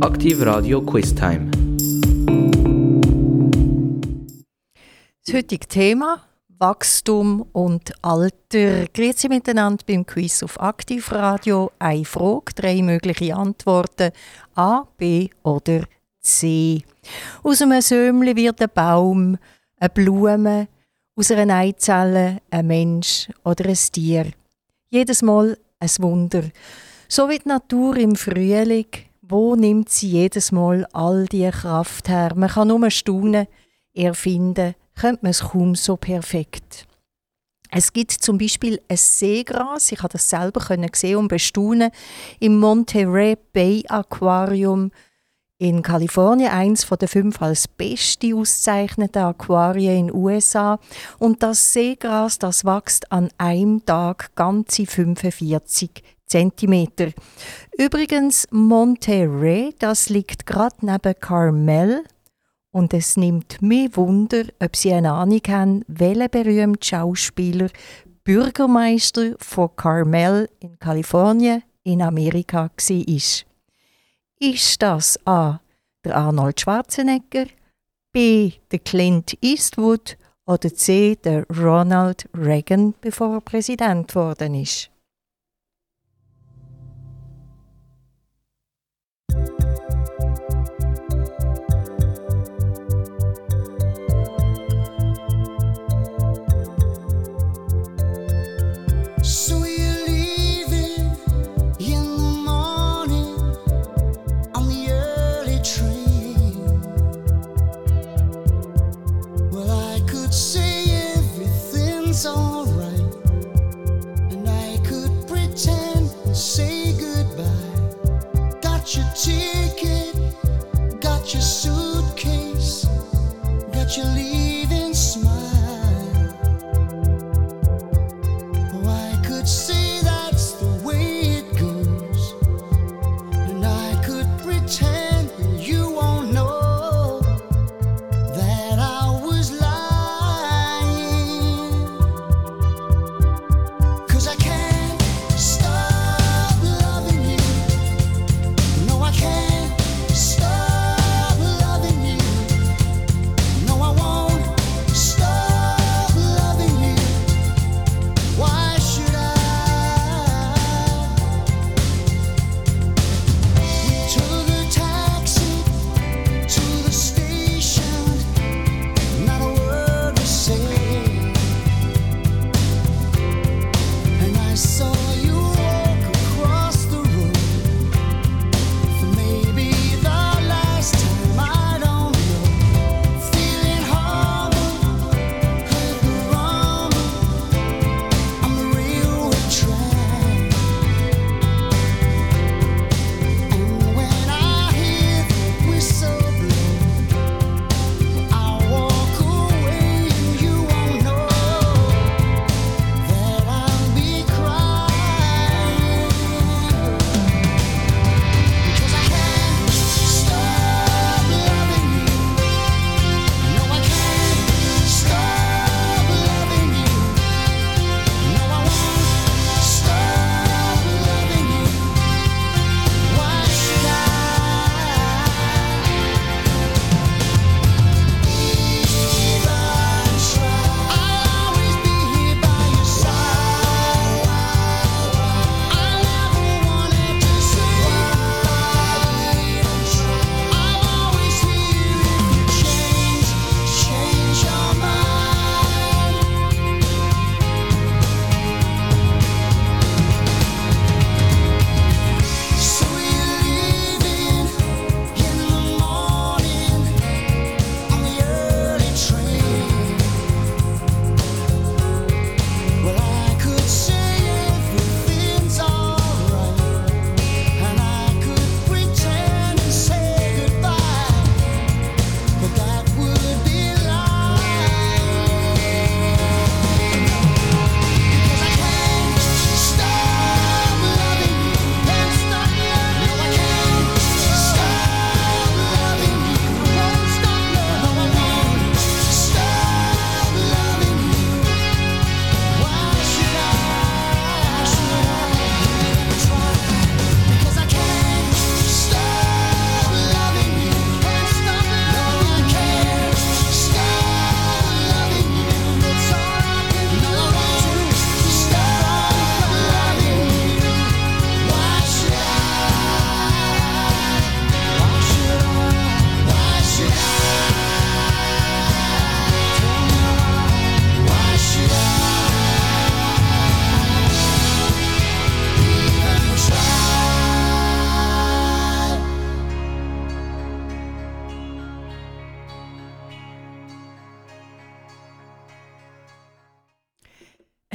Aktiv Radio Quiztime. Das heutige Thema: Wachstum und Alter. Grüezi miteinander beim Quiz auf Aktiv Radio. Eine Frage, 3 mögliche Antworten: A, B oder C. Aus einem Säumchen wird ein Baum, eine Blume, aus einer Eizelle ein Mensch oder ein Tier. Jedes Mal ein Wunder. So wie die Natur im Frühling. Wo nimmt sie jedes Mal all diese Kraft her? Man kann nur staunen, erfinden, könnte man es kaum so perfekt. Es gibt zum Beispiel ein Seegras, ich habe das selber sehen und bestaunen, im Monterey Bay Aquarium in Kalifornien, eins von den 5 als beste ausgezeichneten Aquarien in den USA. Und das Seegras, das wächst an einem Tag ganze 45 Zentimeter. Übrigens, Monterey, das liegt gerade neben Carmel. Und es nimmt mich Wunder, ob Sie eine Ahnung haben, welcher berühmte Schauspieler Bürgermeister von Carmel in Kalifornien in Amerika war. Ist das A, der Arnold Schwarzenegger, B, der Clint Eastwood oder C, der Ronald Reagan, bevor er Präsident geworden ist? I can't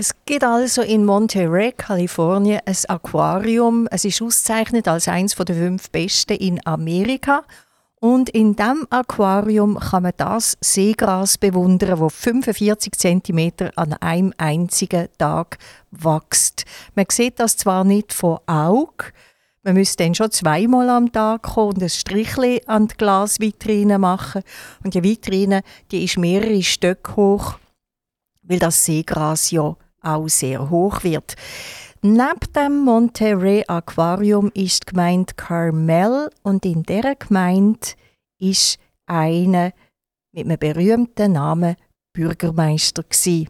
Es gibt also in Monterey, Kalifornien, ein Aquarium. Es ist ausgezeichnet als eines der 5 besten in Amerika. Und in diesem Aquarium kann man das Seegras bewundern, das 45 cm an einem einzigen Tag wächst. Man sieht das zwar nicht von Auge, man müsste dann schon 2-mal am Tag kommen und ein Strichchen an die Glasvitrine machen. Und die Vitrine, die ist mehrere Stöcke hoch, weil das Seegras ja auch sehr hoch wird. Neben dem Monterey Aquarium ist die Gemeinde Carmel und in dieser Gemeinde ist einer mit einem berühmten Namen Bürgermeister gewesen.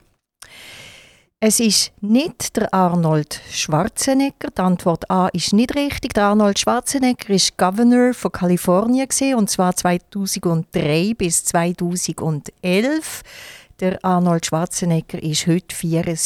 Es ist nicht der Arnold Schwarzenegger. Die Antwort A ist nicht richtig. Der Arnold Schwarzenegger war Governor von Kalifornien gewesen, und zwar 2003 bis 2011. Der Arnold Schwarzenegger ist heute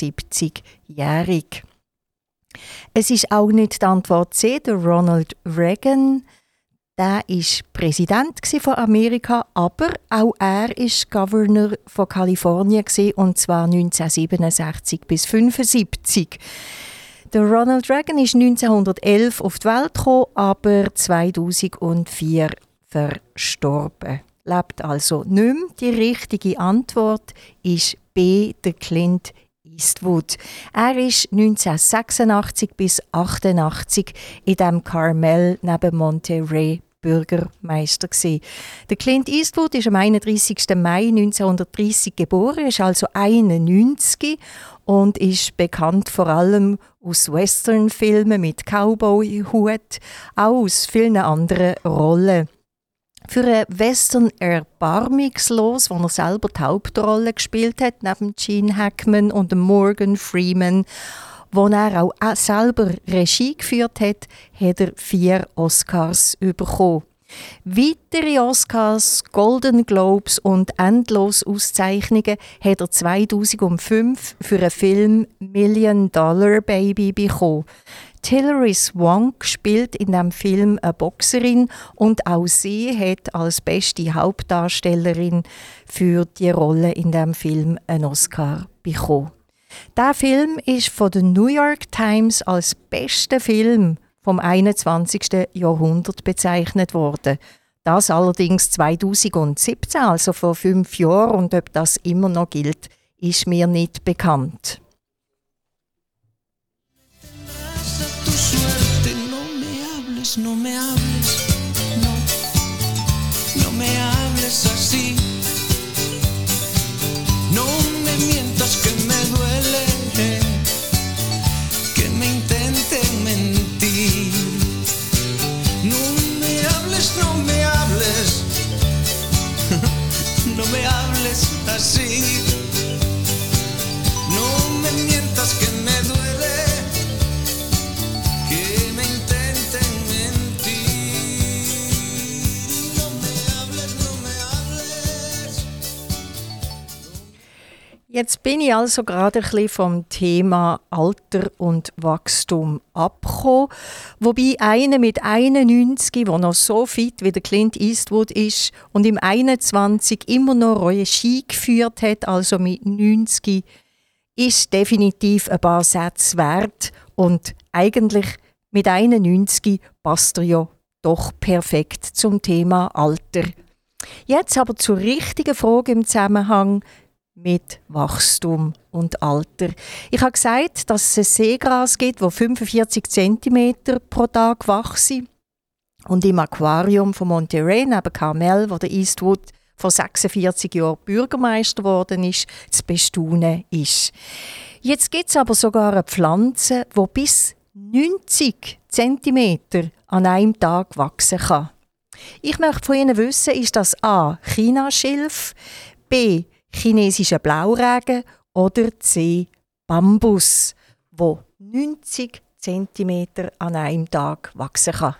74-jährig. Es ist auch nicht die Antwort C, der Ronald Reagan. Der war Präsident von Amerika, aber auch er war Gouverneur von Kalifornien und zwar 1967 bis 1975. Der Ronald Reagan ist 1911 auf die Welt gekommen, aber 2004 verstorben. Lebt also nicht mehr. Die richtige Antwort ist B, der Clint Eastwood. Er war 1986 bis 1988 in dem Carmel neben Monterey Bürgermeister gewesen. Der Clint Eastwood ist am 31. Mai 1930 geboren, ist also 91 und ist bekannt vor allem aus Westernfilmen mit Cowboy-Hut, auch aus vielen anderen Rollen. Für einen Western erbarmungslos, wo er selber die Hauptrolle gespielt hat, neben Gene Hackman und Morgan Freeman, wo er auch selber Regie geführt hat, hat er 4 Oscars bekommen. Weitere Oscars, Golden Globes und endlos Auszeichnungen hat er 2005 für den Film Million Dollar Baby bekommen. Hilary Swank spielt in diesem Film eine Boxerin und auch sie hat als beste Hauptdarstellerin für die Rolle in diesem Film einen Oscar bekommen. Der Film ist von der New York Times als bester Film vom 21. Jahrhundert bezeichnet worden. Das allerdings 2017, also vor 5 Jahren, und ob das immer noch gilt, ist mir nicht bekannt. No me hables, no me hables así. No me mientas que me duele, que me intenten mentir. No me hables, no me hables, no me hables así. No me mientas que me duele, que me intenten mentir. Jetzt bin ich also gerade ein bisschen vom Thema Alter und Wachstum abgekommen. Wobei einer mit 91, der noch so fit wie der Clint Eastwood ist und im 21 immer noch Regie geführt hat, also mit 90, ist definitiv ein paar Sätze wert. Und eigentlich mit 91 passt er ja doch perfekt zum Thema Alter. Jetzt aber zur richtigen Frage im Zusammenhang mit Wachstum und Alter. Ich habe gesagt, dass es ein Seegras gibt, das 45 cm pro Tag wächst. Und im Aquarium von Monterey neben Carmel, wo der Eastwood vor 46 Jahren Bürgermeister geworden ist, zu bestaunen ist. Jetzt gibt es aber sogar eine Pflanze, die bis 90 cm an einem Tag wachsen kann. Ich möchte von Ihnen wissen, ist das A. Chinaschilf, B. chinesischer Blauregen oder C. Bambus, wo 90 cm an einem Tag wachsen kann.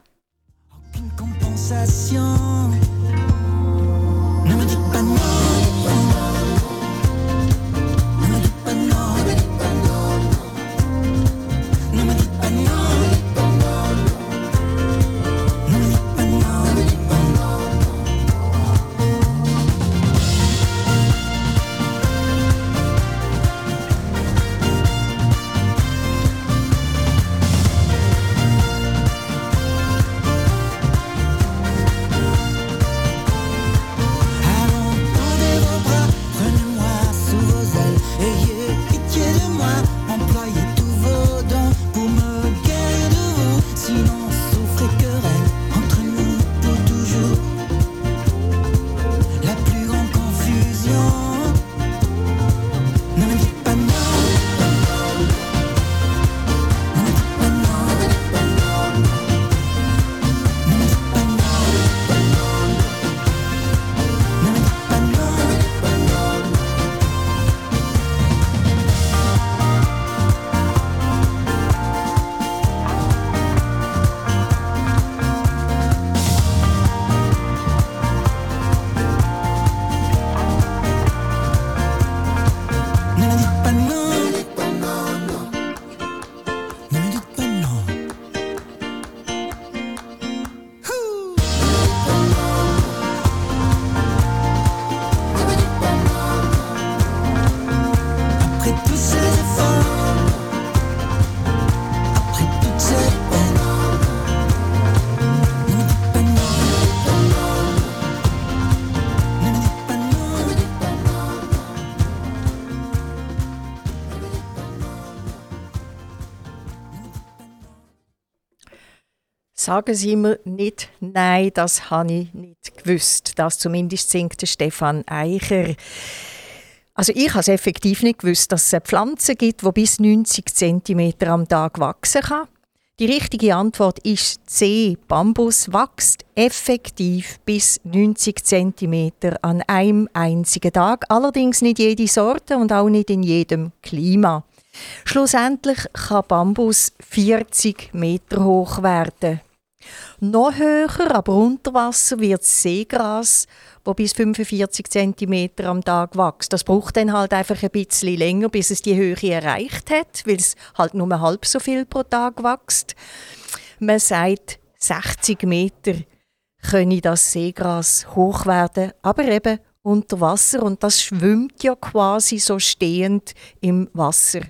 Sagen Sie mir nicht, nein, das habe ich nicht gewusst. Das zumindest singt der Stefan Eicher. Also ich habe es effektiv nicht gewusst, dass es eine Pflanze gibt, die bis 90 cm am Tag wachsen kann. Die richtige Antwort ist C. Bambus wächst effektiv bis 90 cm an einem einzigen Tag. Allerdings nicht jede Sorte und auch nicht in jedem Klima. Schlussendlich kann Bambus 40 Meter hoch werden. Noch höher, aber unter Wasser, wird Seegras, das bis 45 cm am Tag wächst. Das braucht dann halt einfach ein bisschen länger, bis es die Höhe erreicht hat, weil es halt nur halb so viel pro Tag wächst. Man sagt, 60 Meter könne das Seegras hoch werden, aber eben unter Wasser. Und das schwimmt ja quasi so stehend im Wasser.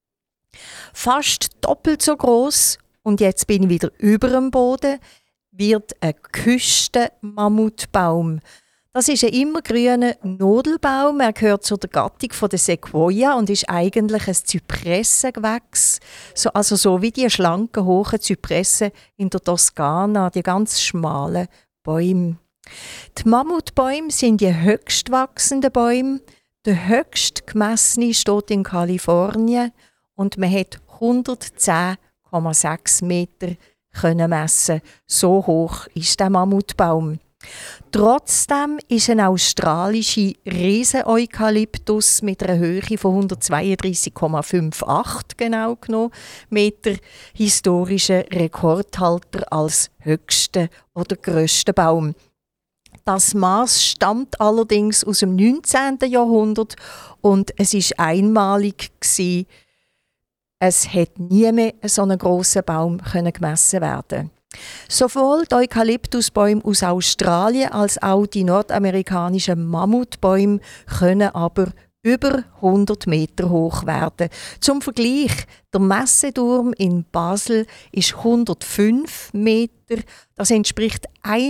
Fast doppelt so groß. Und jetzt bin ich wieder über dem Boden, wird ein Küstenmammutbaum. Das ist ein immergrüner Nadelbaum. Er gehört zur Gattung der Sequoia und ist eigentlich ein Zypressengewächs. Also so wie die schlanken, hohen Zypressen in der Toskana, die ganz schmalen Bäume. Die Mammutbäume sind die höchst wachsenden Bäume. Der höchst gemessene steht in Kalifornien und man hat 110,6 Meter können messen. So hoch ist der Mammutbaum. Trotzdem ist ein australischer Riesen-Eukalyptus mit einer Höhe von 132,58 genau genommen Meter historischer Rekordhalter als höchster oder grösster Baum. Das Maß stammt allerdings aus dem 19. Jahrhundert und es ist einmalig gewesen. Es hätte nie mehr so einen grossen Baum gemessen werden. Sowohl die Eukalyptusbäume aus Australien als auch die nordamerikanischen Mammutbäume können aber über 100 Meter hoch werden. Zum Vergleich, der Messeturm in Basel ist 105 Meter. Das entspricht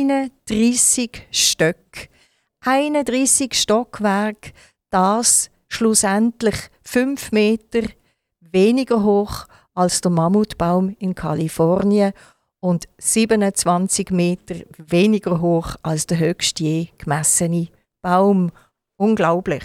31 Stöck. 31 Stockwerke, das schlussendlich 5 Meter weniger hoch als der Mammutbaum in Kalifornien und 27 Meter weniger hoch als der höchst je gemessene Baum. Unglaublich.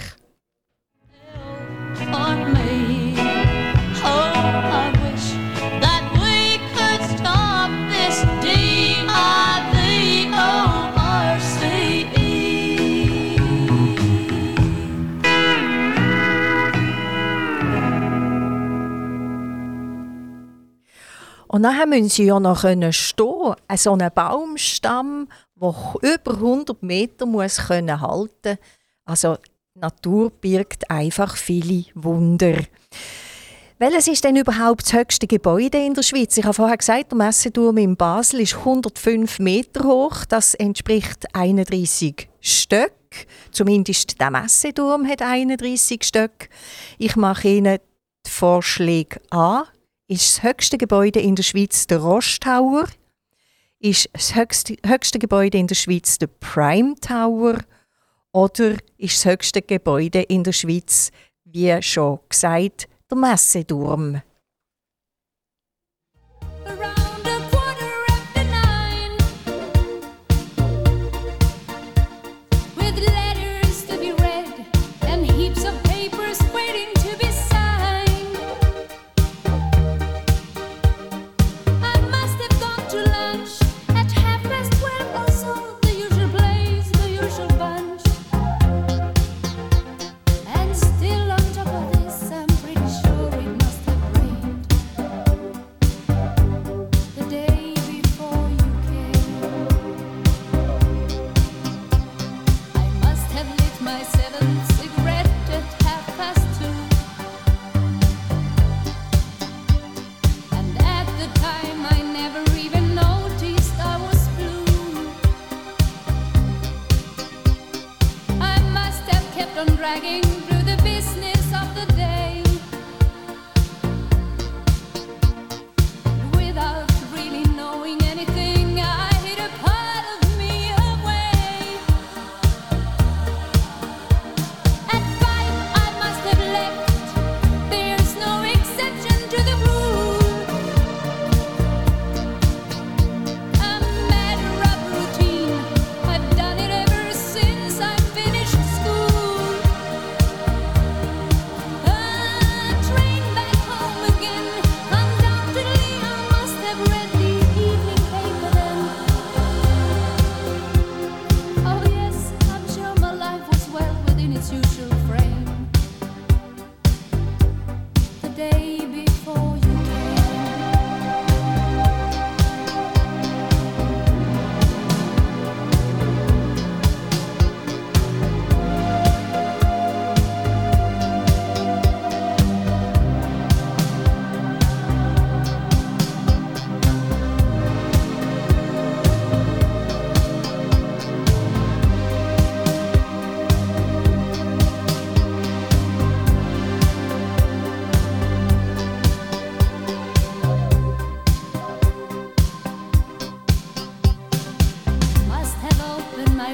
Und nachher müssen sie ja noch stehen. So einen Baumstamm, der über 100 Meter muss halten muss. Also die Natur birgt einfach viele Wunder. Welches ist denn überhaupt das höchste Gebäude in der Schweiz? Ich habe vorher gesagt, der Messeturm in Basel ist 105 Meter hoch. Das entspricht 31 Stöck. Zumindest der Messeturm hat 31 Stöck. Ich mache Ihnen die Vorschläge an. Ist das höchste Gebäude in der Schweiz der Roche Tower? Ist das höchste Gebäude in der Schweiz der Prime Tower? Oder ist das höchste Gebäude in der Schweiz, wie schon gesagt, der Messeturm?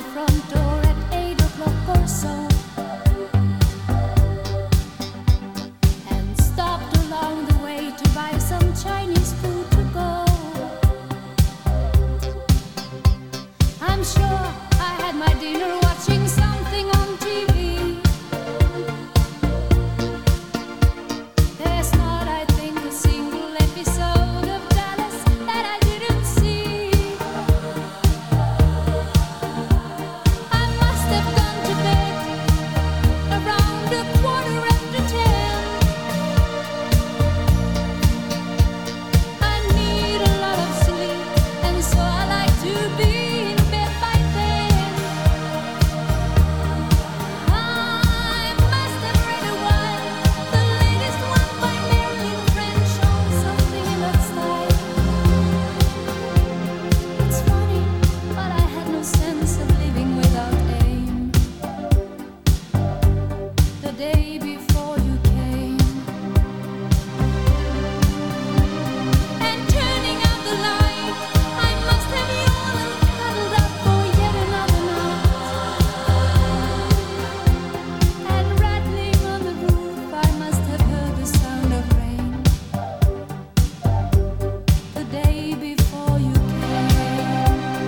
front door at 8 o'clock or so, and stopped along the way to buy some Chinese food to go. I'm sure I had my dinner watching something on TV. There's not, I think, a single episode of Dallas that I didn't see. I must have gone to bed around 10:15. I need a lot of sleep, and so I like to be in bed by then. I must have read a while the latest one by Marilyn French or something in that style. It's funny, but I had no sense of living without aim. The day before you came, and turning out the light, I must have yawned and cuddled up for yet another night. And rattling on the roof, I must have heard the sound of rain. The day before you came.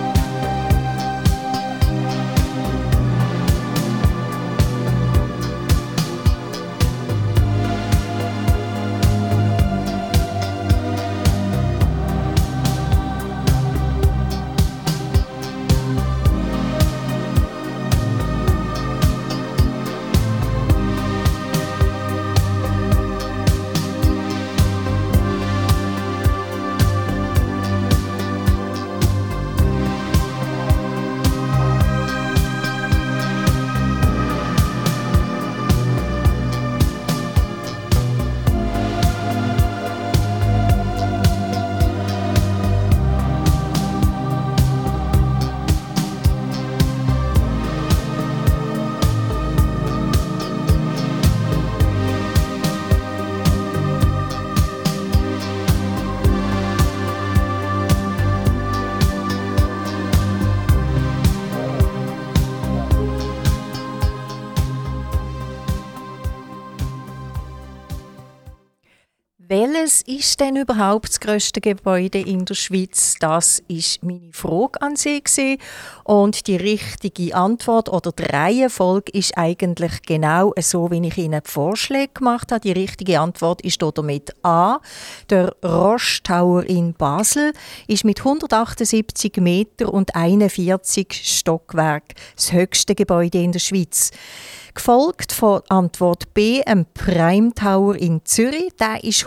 Welches ist denn überhaupt das grösste Gebäude in der Schweiz? Das ist meine Frage an Sie gewesen. Und die richtige Antwort oder die Reihenfolge ist eigentlich genau so, wie ich Ihnen die Vorschläge gemacht habe. Die richtige Antwort ist damit A. Der Roche Tower in Basel ist mit 178 Meter und 41 Stockwerk das höchste Gebäude in der Schweiz. Gefolgt von Antwort B, einem Prime Tower in Zürich. Der ist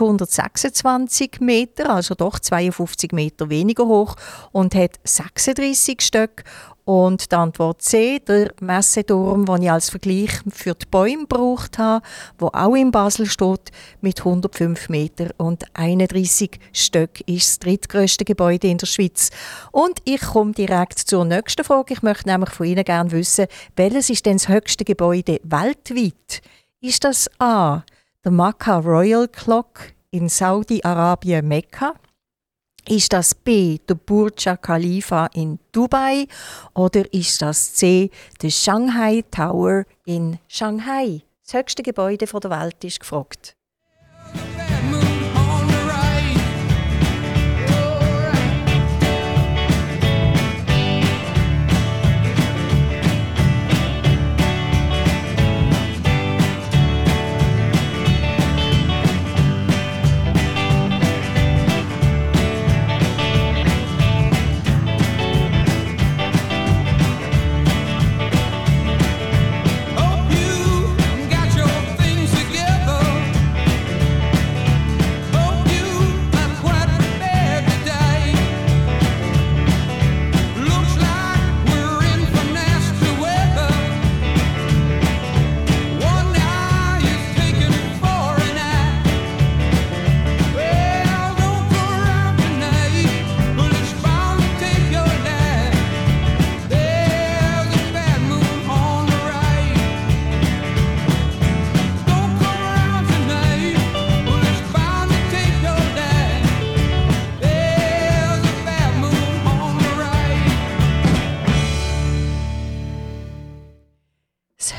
126 Meter, also doch 52 Meter weniger hoch und hat 36 Stöcke. Und die Antwort C, der Messeturm, den ich als Vergleich für die Bäume gebraucht habe, der auch in Basel steht, mit 105 Meter und 31 Stöcken, ist das drittgrösste Gebäude in der Schweiz. Und ich komme direkt zur nächsten Frage. Ich möchte nämlich von Ihnen gerne wissen, welches ist denn das höchste Gebäude weltweit? Ist das A, der Makkah Royal Clock in Saudi-Arabien, Mekka? Ist das B, der Burj Khalifa in Dubai? Oder ist das C, der Shanghai Tower in Shanghai? Das höchste Gebäude der Welt ist gefragt. Hope you got your things together.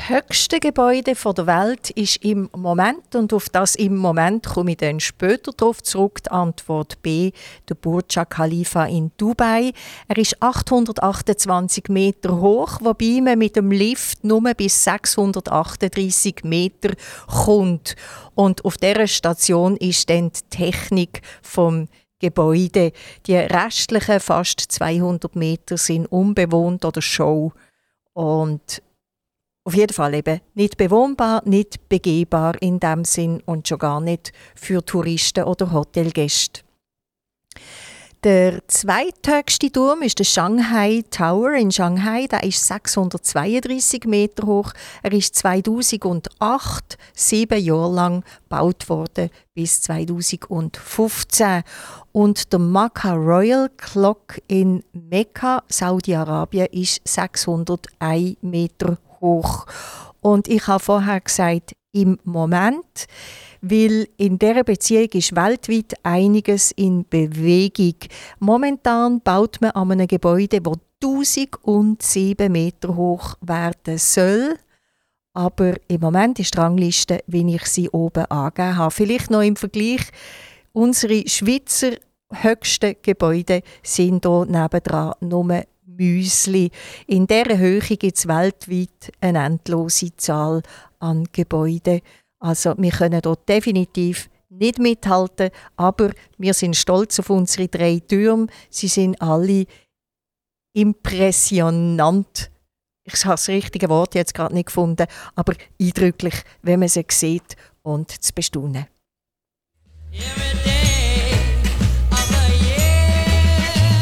höchste Gebäude der Welt ist im Moment, und auf das im Moment komme ich dann später darauf zurück, die Antwort B, der Burj Khalifa in Dubai. Er ist 828 Meter hoch, wobei man mit dem Lift nur bis 638 Meter kommt. Und auf dieser Station ist dann die Technik vom Gebäude. Die restlichen fast 200 Meter sind unbewohnt oder Show. Und auf jeden Fall eben nicht bewohnbar, nicht begehbar in dem Sinn und schon gar nicht für Touristen oder Hotelgäste. Der zweithöchste Turm ist der Shanghai Tower in Shanghai. Der ist 632 Meter hoch. Er ist 2008, 7 Jahre lang gebaut worden, bis 2015. Und der Makkah Royal Clock in Mekka, Saudi-Arabien, ist 601 Meter hoch. Und ich habe vorher gesagt, im Moment, weil in dieser Beziehung ist weltweit einiges in Bewegung. Momentan baut man an einem Gebäude, das 1007 Meter hoch werden soll. Aber im Moment ist die Rangliste, wie ich sie oben angegeben habe. Vielleicht noch im Vergleich, unsere Schweizer höchsten Gebäude sind hier nebendran nur Müsli. In dieser Höhe gibt es weltweit eine endlose Zahl an Gebäuden. Also wir können dort definitiv nicht mithalten, aber wir sind stolz auf unsere 3 Türme. Sie sind alle impressionant. Ich habe das richtige Wort jetzt gerade nicht gefunden, aber eindrücklich, wenn man sie sieht und zu bestaunen. Every day of the year,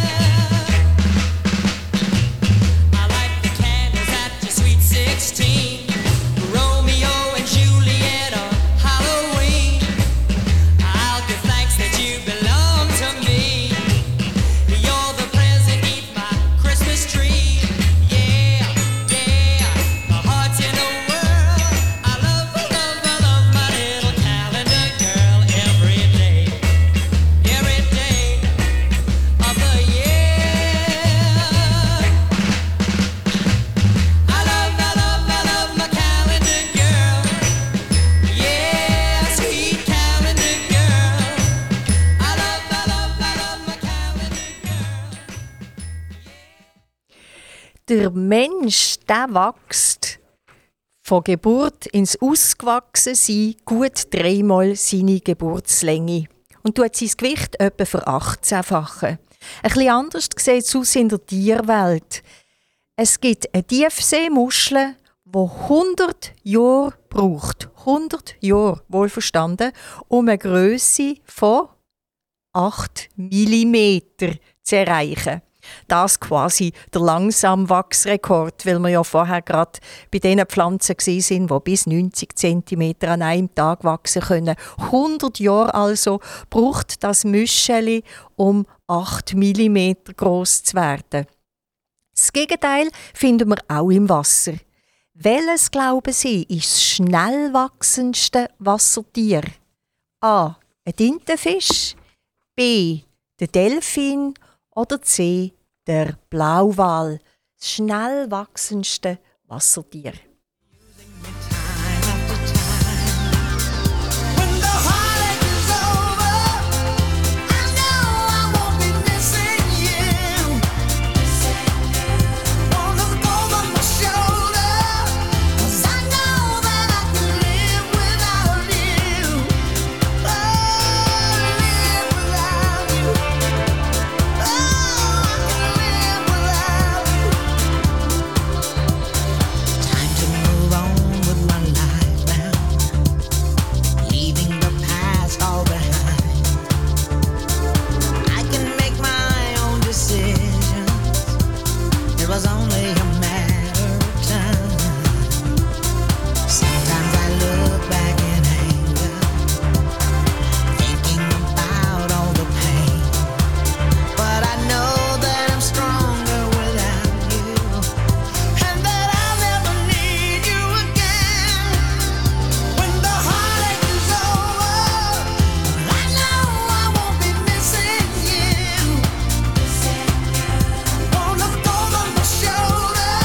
I light the candles at your sweet 16, Romeo and Juliet on Halloween. I'll give thanks that you belong to me. You're the present beneath my Christmas tree. Yeah, yeah, my heart's in a whirl. I love my little calendar girl. Every day of the year. I love my calendar girl. Yeah, sweet calendar girl. I love my calendar girl. Der Mensch, der wächst von Geburt ins Ausgewachsensein gut 3-mal seine Geburtslänge und tut sein Gewicht etwa ver-18-fachen. Ein bisschen anders sieht es aus in der Tierwelt. Es gibt eine Tiefseemuschel, die 100 Jahre braucht. 100 Jahre, wohlverstanden, um eine Grösse von 8 mm zu erreichen. Das quasi der Langsamwachsrekord, weil wir ja vorher gerade bei den Pflanzen waren, die bis 90 cm an einem Tag wachsen können. 100 Jahre also braucht das Müscheli, um 8 mm groß zu werden. Das Gegenteil finden wir auch im Wasser. Welches, glauben Sie, ist das schnell wachsendste Wassertier? A. Ein Tintenfisch, B. der Delfin oder C. der Blauwal, das schnell wachsendste Wassertier. When the heartache is over, I know I won't be missing you. Wanna look over my shoulder, 'cause I know that I can live without you. Oh, live without you. Oh, I can live without you. Time to move on with my life now, leaving the past all behind. I can make my own decisions. It was only a matter of time. Sometimes I look back in anger, thinking about all the pain. But I know that I'm stronger without you, and that I'll never need you again. When the heartache is over, I know I won't be missing you. Wanna look over my shoulder,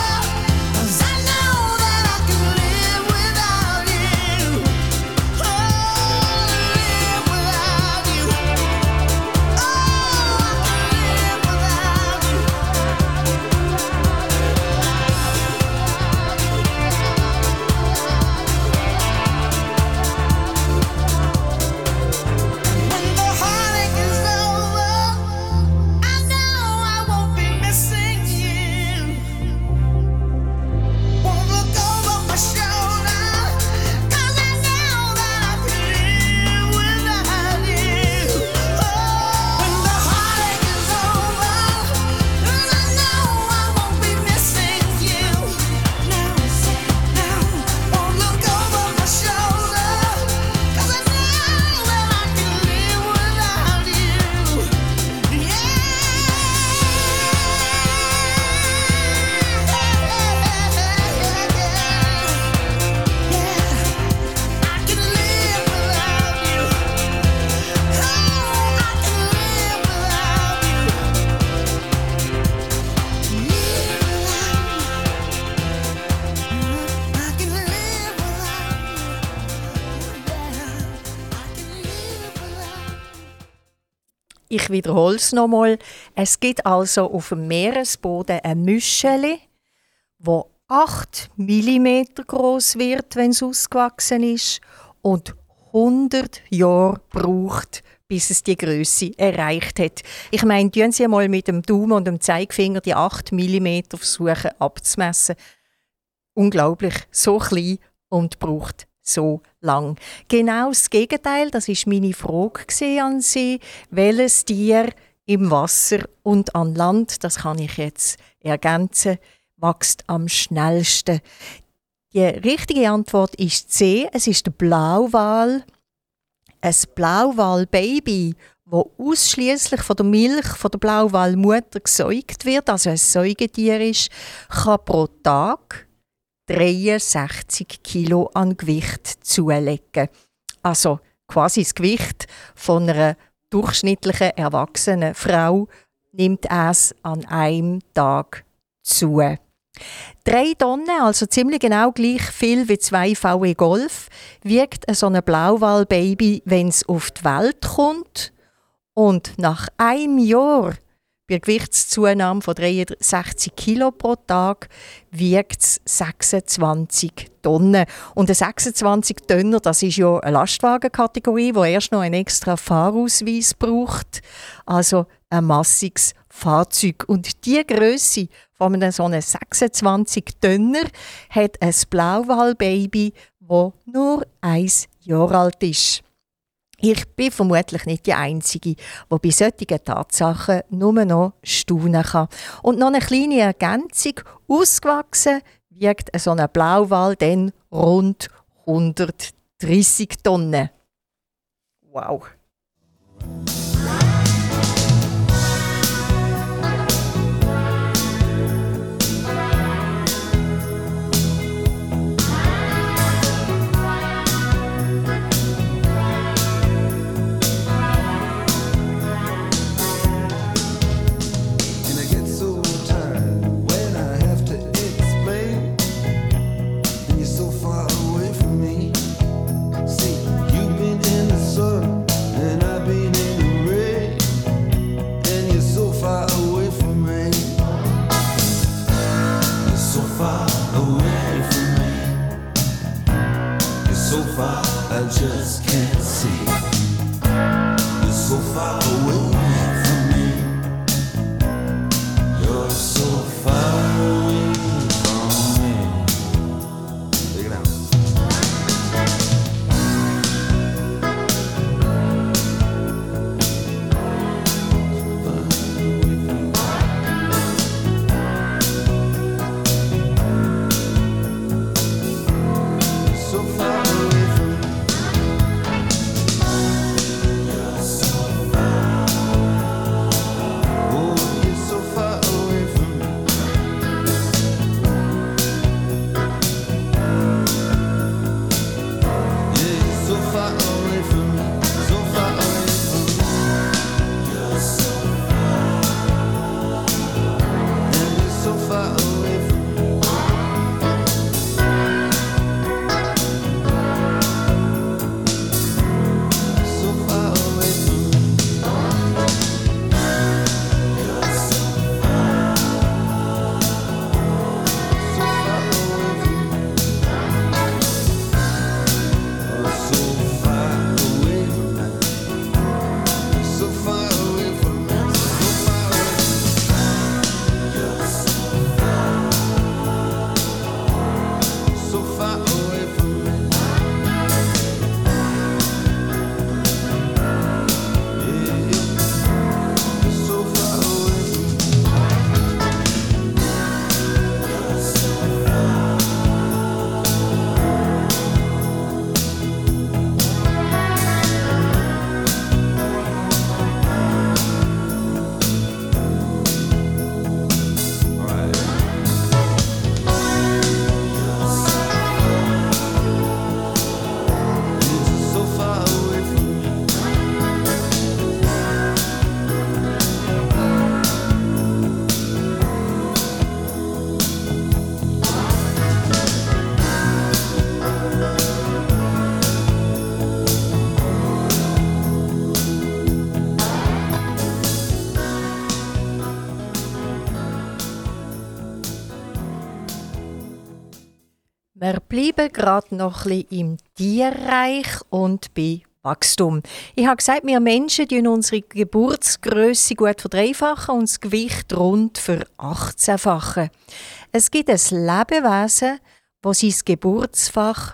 Ich wiederhole es nochmal. Es gibt also auf dem Meeresboden ein Müscheli, das 8 mm groß wird, wenn es ausgewachsen ist, und 100 Jahre braucht, bis es die Größe erreicht hat. Ich meine, tun Sie mal mit dem Daumen und dem Zeigefinger die 8 mm versuchen abzumessen. Unglaublich, so klein und braucht so lang. Genau das Gegenteil, das ist meine Frage an Sie. Welches Tier im Wasser und an Land, das kann ich jetzt ergänzen, wächst am schnellsten? Die richtige Antwort ist C. Es ist der Blauwal. Ein Blauwalbaby, das ausschließlich von der Milch von der Blauwalmutter gesäugt wird, also ein Säugetier ist, kann pro Tag 63 Kilo an Gewicht zulegen. Also quasi das Gewicht von einer durchschnittlichen erwachsenen Frau nimmt es an einem Tag zu. 3 Tonnen, also ziemlich genau gleich viel wie 2 VW Golf, wiegt so ein Blauwalbaby, wenn es auf die Welt kommt. Und nach einem Jahr, bei einer Gewichtszunahme von 63 Kilo pro Tag, wiegt es 26 Tonnen. Und ein 26 Tonner, das ist ja eine Lastwagenkategorie, die erst noch einen extra Fahrausweis braucht. Also ein massiges Fahrzeug. Und diese Grösse von einem so einem 26 Tonner hat ein Blauwalbaby, das nur 1 Jahr alt ist. Ich bin vermutlich nicht die Einzige, die bei solchen Tatsachen nur noch staunen kann. Und noch eine kleine Ergänzung. Ausgewachsen wiegt so ein Blauwal dann rund 130 Tonnen. Wow! I just can't see. You're so far away from me. You're so far away from me. Take it out. So far away from me. Wir bleiben gerade noch ein bisschen im Tierreich und bei Wachstum. Ich habe gesagt, wir Menschen tun unsere Geburtsgröße gut verdreifachen und das Gewicht rund ver-18-fachen. Es gibt ein Lebewesen, das sein Geburtsfach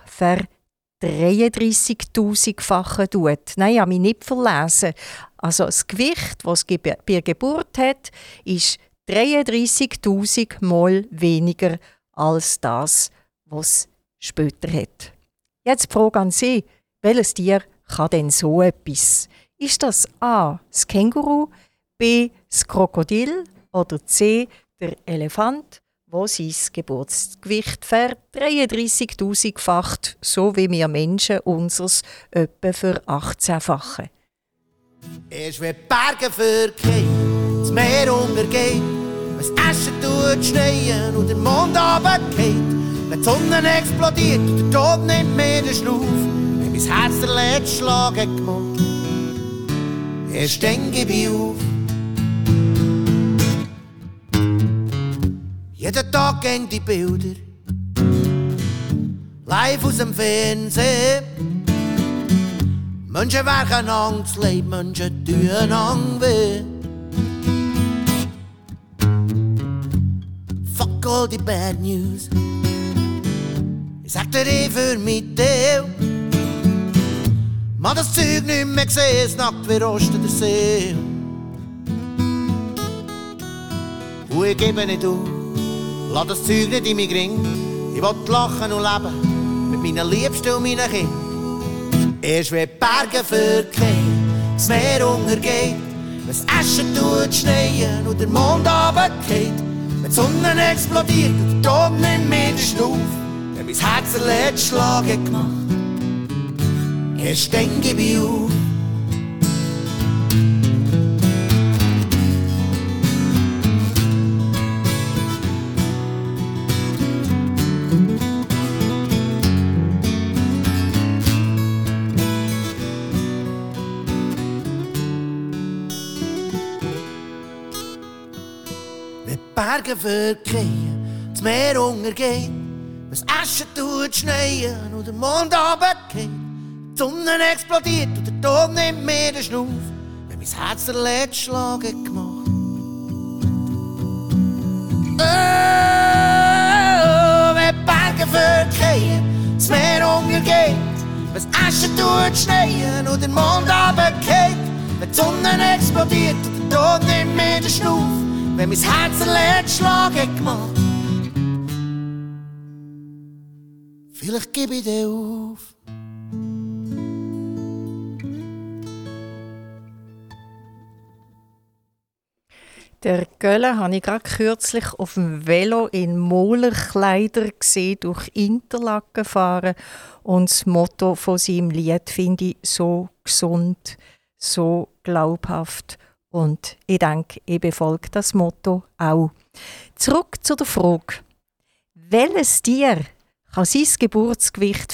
ver-33.000-fache tut. Nein, ich habe mich nicht verlesen. Also das Gewicht, das es bei der Geburt hat, ist 33.000 Mal weniger als das, was es später hat. Jetzt die Frage an Sie, welches Tier kann denn so etwas? Ist das A, das Känguru, B, das Krokodil oder C, der Elefant, wo sein Geburtsgewicht ver-33.000-facht, so wie wir Menschen unseres etwa ver-18-fachen? Erst wenn die Berge vergehen, das Meer untergeht, wenn es Asche tut schneien und der Mond runtergeht, wenn die Sonne explodiert und der Tod nimmt mir den Schnuff, wenn mein Herz den letzten Schlag hat gemacht, erst dann gebe ich auf. Jeden Tag gehen die Bilder live aus dem Fernsehen. Menschen werken Angst, Leid, Menschen tun einander weh. Fuck all die bad news. Ich sag dir für mich Teil. Man das Zeug nicht mehr gesehen, es nackt wie Rosten der See. Und ich gebe nicht auf, lass das Zeug nicht in mich ring. Ich will lachen und leben mit meinen Liebsten und meinen Kindern. Erst wenn die Berge vergehen, das Meer untergeht, wenn es Asche tut schneien und der Mond runtergeht, wenn die Sonne explodiert und der Tod nimmt mir den Schnuff, wenn mein Herz den letzten Schlag hat gemacht, erst dann gebe ich auf. Berge vergehen, das Meer untergeht, wenn es Asche tut schneien und der Mond runtergeht, die Sonne explodiert und der Tod nimmt mir den Schnuff, wenn mein Herz den letzten Schlag hat gemacht. Oh, wenn die Berge vergehen, das Meer untergeht, wenn es Asche tut schneien und der Mond runtergeht, wenn die Sonne explodiert und der Tod nimmt mir den Schnuff, wenn mein Herz den letzten Schlag hat gemacht. Vielleicht gebe ich den auf. Der Gölle habe ich gerade kürzlich auf dem Velo in Molerkleider gesehen, durch Interlaken fahren. Und das Motto von seinem Lied finde ich so gesund, so glaubhaft. Und ich denke, ich befolge das Motto auch. Zurück zu der Frage. Welches Tier kann sein Geburtsgewicht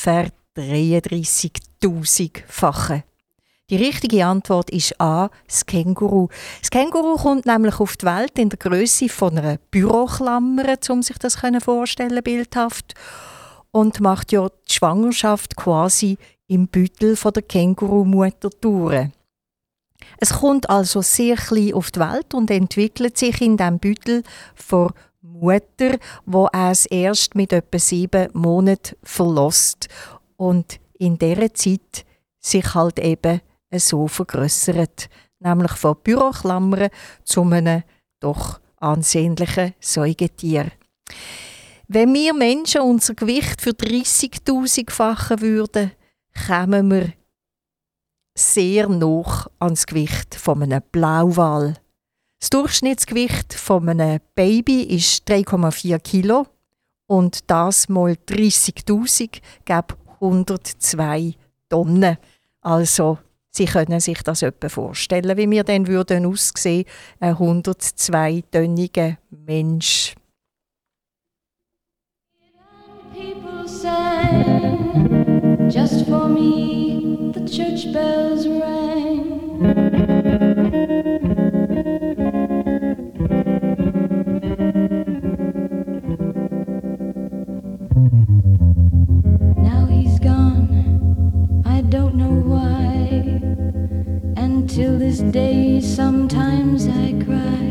ver-33.000-fachen? Die richtige Antwort ist A, das Känguru. Das Känguru kommt nämlich auf die Welt in der Größe von einer Büroklammer, um sich das vorstellen, bildhaft. Und macht ja die Schwangerschaft quasi im Beutel von der Kängurumutter durch. Es kommt also sehr klein auf die Welt und entwickelt sich in diesem Beutel von Mutter, wo es erst mit etwa 7 Monaten verlässt und in dieser Zeit sich halt eben so vergrössert, nämlich von Büroklammern zu einem doch ansehnlichen Säugetier. Wenn wir Menschen unser Gewicht für 30.000-fachen würden, kämen wir sehr nah ans Gewicht von einem Blauwal. Das Durchschnittsgewicht von einem Baby ist 3,4 Kilo und das mal 30.000 gibt 102 Tonnen. Also, Sie können sich das etwa vorstellen, wie wir dann würden aussehen, ein 102-tönniger Mensch. People sang, just for me, the church bells rang. this day sometimes I cry.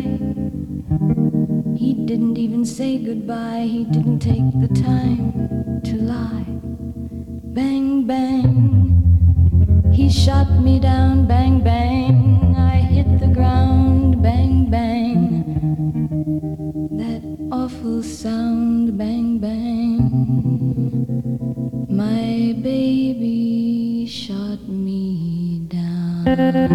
He didn't even say goodbye, he didn't take the time to lie. Bang, bang, he shot me down, bang, bang, I hit the ground, bang, bang, that awful sound, bang, bang, my baby shot me down.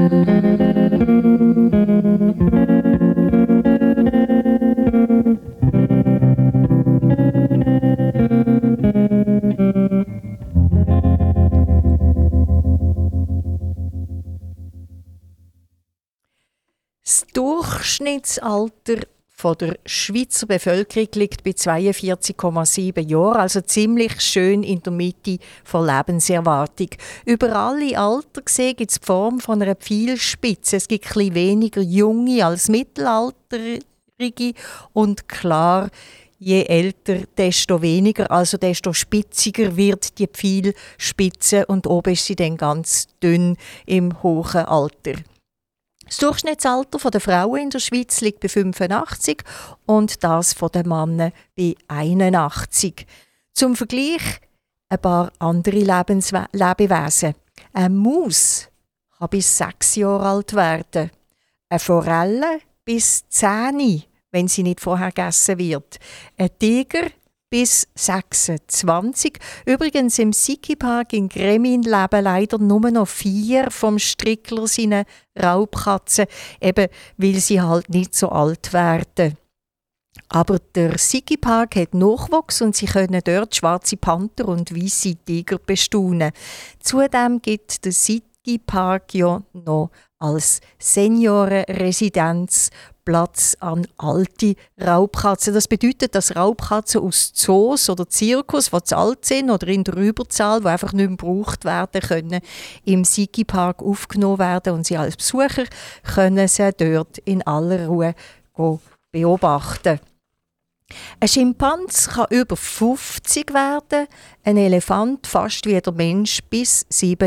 Das Durchschnittsalter von der Schweizer Bevölkerung liegt bei 42,7 Jahren, also ziemlich schön in der Mitte der Lebenserwartung. Über alle Alter gesehen gibt es die Form von einer Pfeilspitze. Es gibt ein bisschen weniger Junge als Mittelalterige und klar, je älter, desto weniger, also desto spitziger wird die Pfeilspitze und oben ist sie dann ganz dünn im hohen Alter. Das Durchschnittsalter der Frauen in der Schweiz liegt bei 85 und das der Männer bei 81. Zum Vergleich ein paar andere Lebewesen. Eine Maus kann bis 6 Jahre alt werden. Eine Forelle bis 10, wenn sie nicht vorher gegessen wird. Ein Tiger bis 26. Übrigens im Siki-Park in Grämin leben leider nur noch 4 vom Strickler seine Raubkatzen, eben weil sie halt nicht so alt werden. Aber der Siki-Park hat Nachwuchs und sie können dort schwarze Panther und weiße Tiger bestaunen. Zudem gibt der Siki-Park ja noch als Seniorenresidenz Platz an alte Raubkatzen. Das bedeutet, dass Raubkatzen aus Zoos oder Zirkus, die zu alt sind oder in der Überzahl, die einfach nicht mehr gebraucht werden können, im Siki-Park aufgenommen werden und sie als Besucher können sie dort in aller Ruhe beobachten. Ein Schimpans kann über 50 werden, ein Elefant fast wie der Mensch bis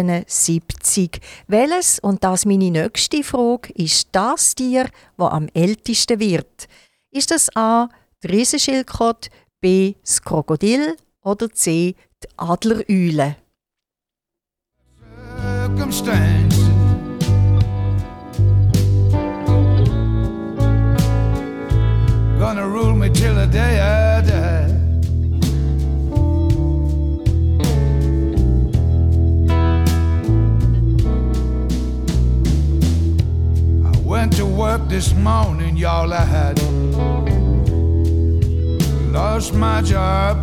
77. Welches, und das meine nächste Frage, ist das Tier, das am ältesten wird? Ist das A, die Riesenschildkröte, B, das Krokodil oder C, die Adlereule? Circumstance gonna rule me till the day I die. I went to work this morning, y'all. I had lost my job.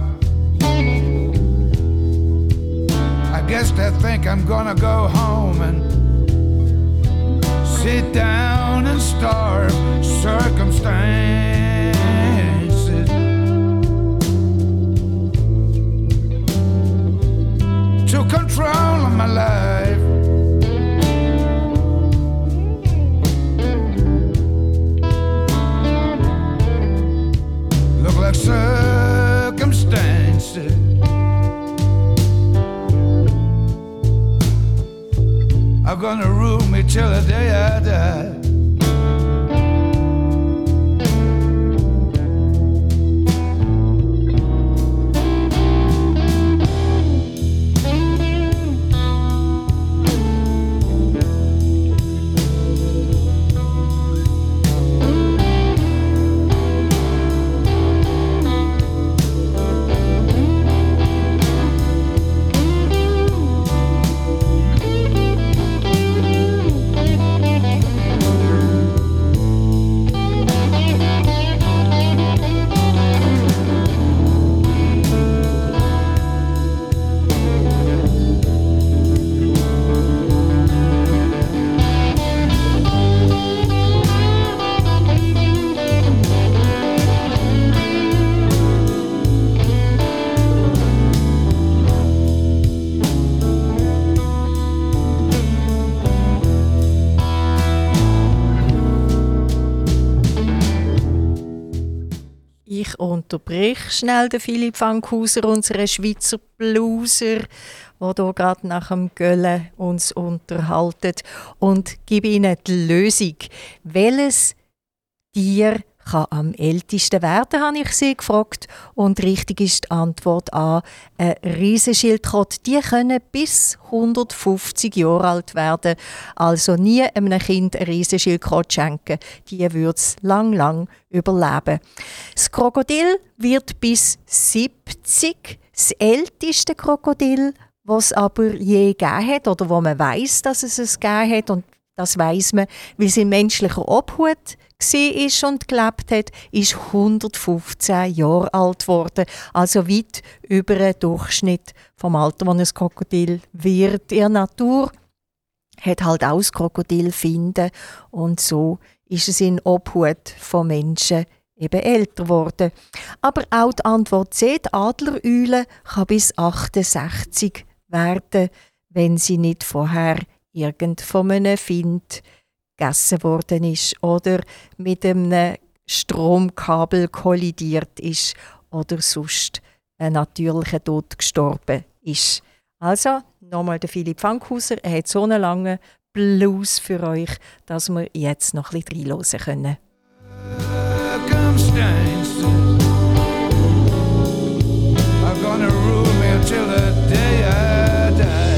I guess they think I'm gonna go home and sit down and starve. Circumstance to control of my life. Look like circumstances are gonna rule me till the day I die. Ich unterbrich schnell den Philipp Fankhauser, unseren Schweizer Blueser, die hier gerade nach dem Göllen uns unterhalten und gebe Ihnen die Lösung. Welches Tier kann am ältesten werden, habe ich Sie gefragt. Und richtig ist die Antwort A, eine Riesenschildkröte. Die können bis 150 Jahre alt werden. Also nie einem Kind eine Riesenschildkröte schenken. Die würde es lang überleben. Das Krokodil wird bis 70. Das älteste Krokodil, was es aber je gegeben hat oder wo man weiß, dass es gegeben hat, und das weiss man, weil sie in menschlicher Obhut war und gelebt hat, ist 115 Jahre alt geworden. Also weit über den Durchschnitt vom Alter, das ein Krokodil wird. In der Natur hat halt auch das Krokodil finden, und so ist es in Obhut von Menschen eben älter geworden. Aber auch die Antwort C, die Adlereule, kann bis 68 werden, wenn sie nicht vorher irgend von einem Find gegessen worden ist oder mit einem Stromkabel kollidiert ist oder sonst ein natürlicher Tod gestorben ist. Also, nochmal der Philipp Fankhauser, er hat so einen langen Blues für euch, dass wir jetzt noch ein bisschen reinhören können. Circumstances are gonna rule me till the day I die.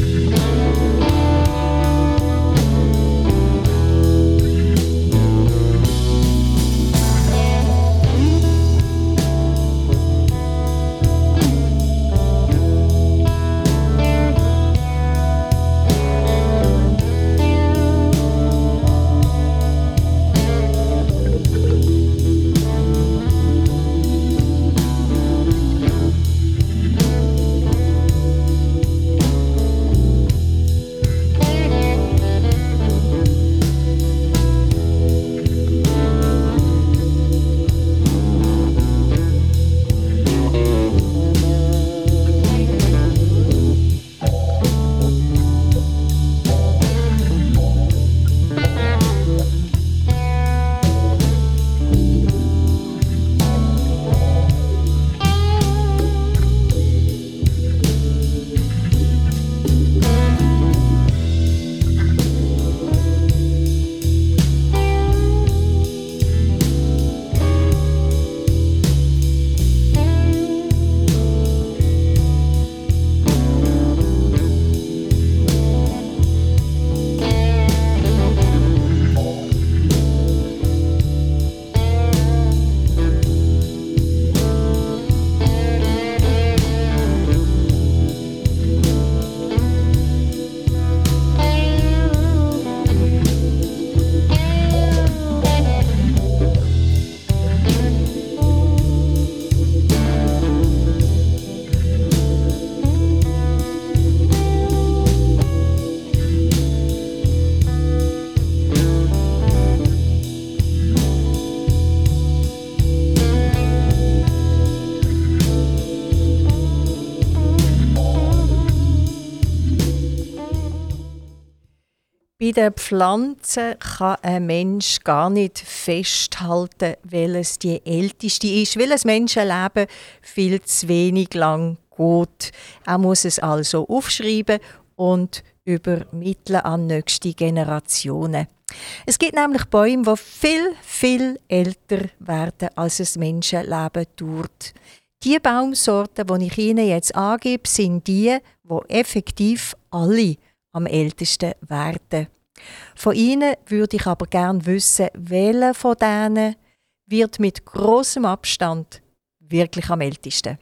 Bei den Pflanzen kann ein Mensch gar nicht festhalten, welches die älteste ist, weil das Menschenleben viel zu wenig lang geht. Er muss es also aufschreiben und übermitteln an nächste Generationen. Es gibt nämlich Bäume, die viel, viel älter werden, als das Menschenleben dauert. Die Baumsorten, die ich Ihnen jetzt angebe, sind die effektiv alle am ältesten werden. Von Ihnen würde ich aber gerne wissen, welcher von denen wird mit grossem Abstand wirklich am ältesten.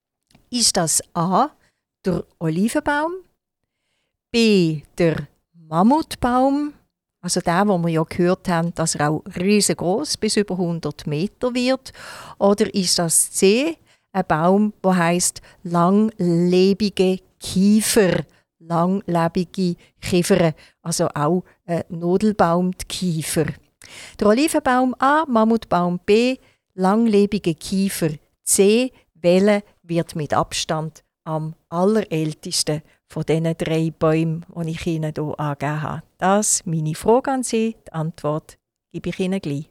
Ist das A, der Olivenbaum, B, der Mammutbaum, also der, wo wir ja gehört haben, dass er auch riesengroß bis über 100 Meter wird, oder ist das C, ein Baum, der heisst langlebige Kiefer, langlebige Kiefer, also auch ein Nadelbaum, die Kiefer. Der Olivenbaum A, Mammutbaum B, langlebige Kiefer C, welcher wird mit Abstand am allerältesten von diesen 3 Bäumen, die ich Ihnen hier angegeben habe. Das ist meine Frage an Sie. Die Antwort gebe ich Ihnen gleich.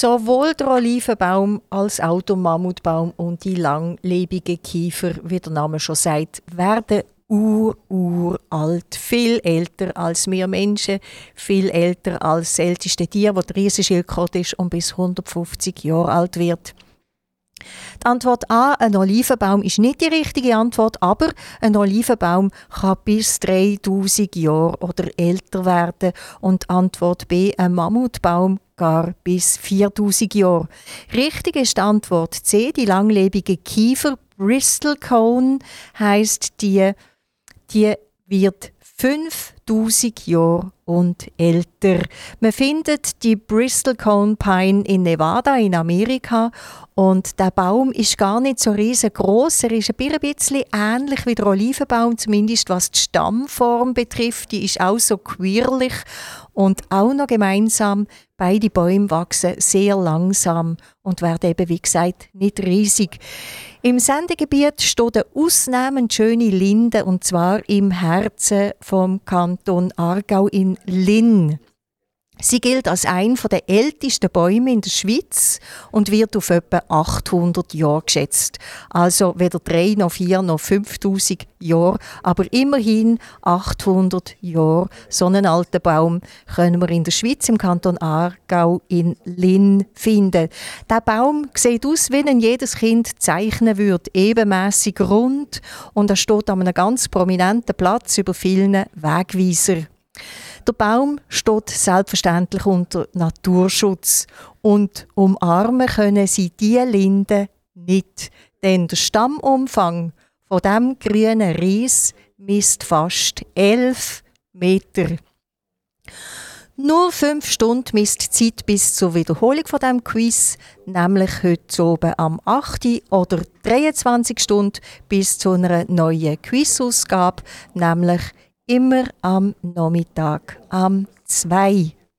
Sowohl der Olivenbaum als auch der Mammutbaum und die langlebigen Kiefer, wie der Name schon sagt, werden uralt, viel älter als wir Menschen, viel älter als das älteste Tier, das der Riesenschildkröte ist und bis 150 Jahre alt wird. Die Antwort A, ein Olivenbaum, ist nicht die richtige Antwort, aber ein Olivenbaum kann bis 3000 Jahre oder älter werden und die Antwort B, ein Mammutbaum, gar bis 4000 Jahre. Richtig ist die Antwort C, die langlebige Kiefer. Bristol Cone heisst, die wird 5000 Jahre und älter. Man findet die Bristol Cone Pine in Nevada in Amerika und der Baum ist gar nicht so riesengroß. Er ist ein bisschen ähnlich wie der Olivenbaum, zumindest was die Stammform betrifft. Die ist auch so quirlig und auch noch gemeinsam. Beide Bäume wachsen sehr langsam und werden eben, wie gesagt, nicht riesig. Im Sendegebiet steht eine ausnehmend schöne Linde, und zwar im Herzen vom Kanton Aargau in Linn. Sie gilt als einer der ältesten Bäume in der Schweiz und wird auf etwa 800 Jahre geschätzt. Also weder 3 noch 4 noch 5000 Jahre, aber immerhin 800 Jahre. So einen alten Baum können wir in der Schweiz im Kanton Aargau in Linn finden. Der Baum sieht aus, wie ihn jedes Kind zeichnen würde, ebenmäßig rund, und er steht an einem ganz prominenten Platz über vielen Wegweisern. Der Baum steht selbstverständlich unter Naturschutz und umarmen können sie diese Linde nicht, denn der Stammumfang von diesem grünen Ries misst fast 11 Meter. Nur 5 Stunden misst die Zeit bis zur Wiederholung von diesem Quiz, nämlich heute oben am 8. oder 23 Stunden bis zu einer neuen Quizausgabe, nämlich immer am Nachmittag, am 2.